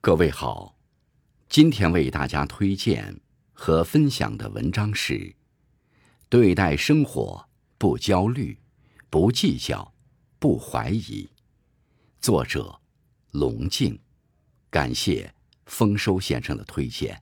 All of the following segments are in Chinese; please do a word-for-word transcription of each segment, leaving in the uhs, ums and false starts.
各位好，今天为大家推荐和分享的文章是对待生活不焦虑、不计较、不怀疑。作者龙静，感谢丰收先生的推荐。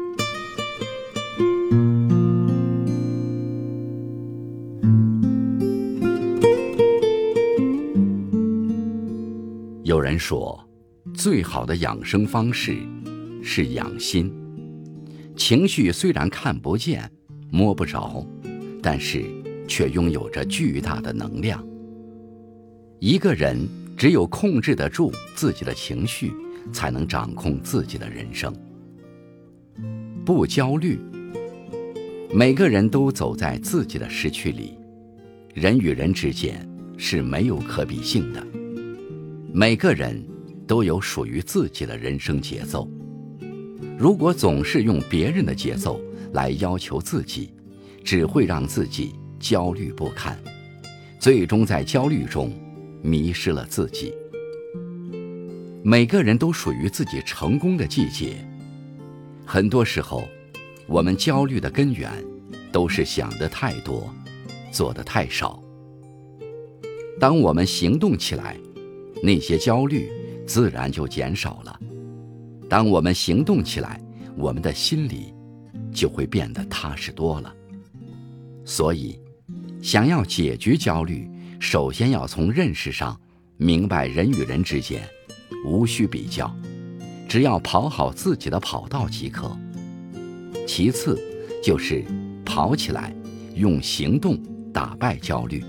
有人说，最好的养生方式是养心。情绪虽然看不见、摸不着，但是却拥有着巨大的能量。一个人只有控制得住自己的情绪，才能掌控自己的人生。不焦虑。每个人都走在自己的时区里，人与人之间是没有可比性的。每个人都有属于自己的人生节奏。如果总是用别人的节奏来要求自己，只会让自己焦虑不堪，最终在焦虑中迷失了自己。每个人都属于自己成功的季节。很多时候，我们焦虑的根源都是想得太多，做得太少。当我们行动起来，那些焦虑自然就减少了。当我们行动起来，我们的心里就会变得踏实多了。所以，想要解决焦虑，首先要从认识上明白人与人之间无需比较，只要跑好自己的跑道即可。其次就是跑起来，用行动打败焦虑。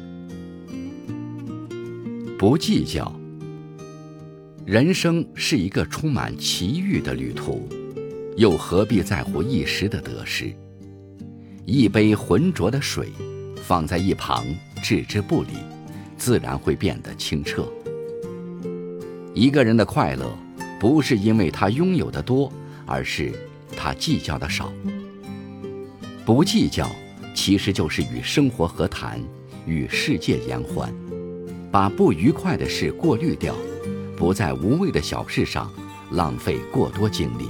不计较。人生是一个充满奇遇的旅途，又何必在乎一时的得失？一杯浑浊的水放在一旁置之不理，自然会变得清澈。一个人的快乐不是因为他拥有的多，而是他计较的少。不计较其实就是与生活和谈，与世界言欢，把不愉快的事过滤掉，不在无谓的小事上浪费过多精力。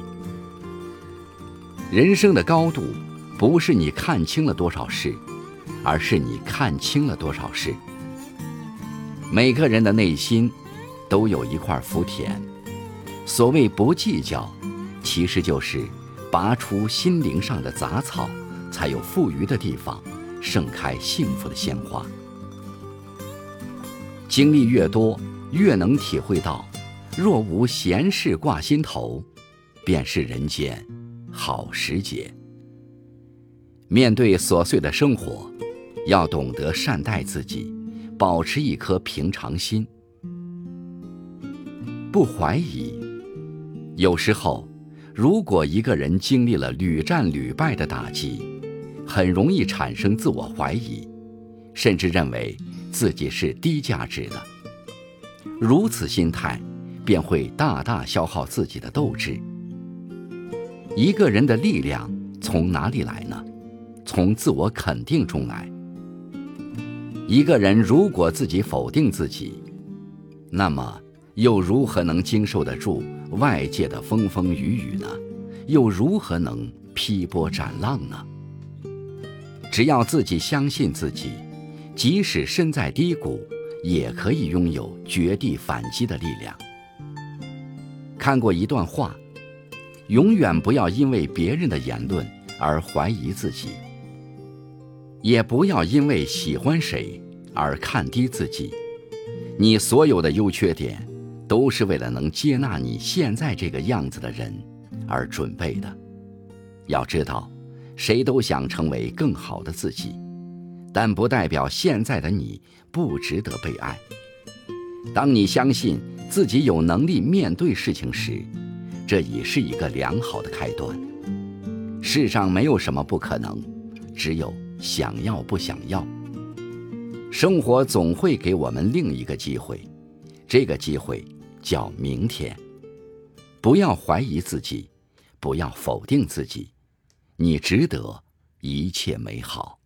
人生的高度不是你看清了多少事，而是你看清了多少事。每个人的内心都有一块福田，所谓不计较，其实就是拔除心灵上的杂草，才有富余的地方盛开幸福的鲜花。经历越多，越能体会到，若无闲事挂心头，便是人间好时节。面对琐碎的生活，要懂得善待自己，保持一颗平常心。不怀疑。有时候，如果一个人经历了屡战屡败的打击，很容易产生自我怀疑，甚至认为自己是低价值的。如此心态便会大大消耗自己的斗志。一个人的力量从哪里来呢？从自我肯定中来。一个人如果自己否定自己，那么又如何能经受得住外界的风风雨雨呢？又如何能劈波斩浪呢？只要自己相信自己，即使身在低谷，也可以拥有绝地反击的力量。看过一段话，永远不要因为别人的言论而怀疑自己，也不要因为喜欢谁而看低自己。你所有的优缺点，都是为了能接纳你现在这个样子的人而准备的。要知道，谁都想成为更好的自己，但不代表现在的你不值得被爱。当你相信自己有能力面对事情时，这已是一个良好的开端。世上没有什么不可能，只有想要不想要。生活总会给我们另一个机会，这个机会叫明天。不要怀疑自己，不要否定自己，你值得一切美好。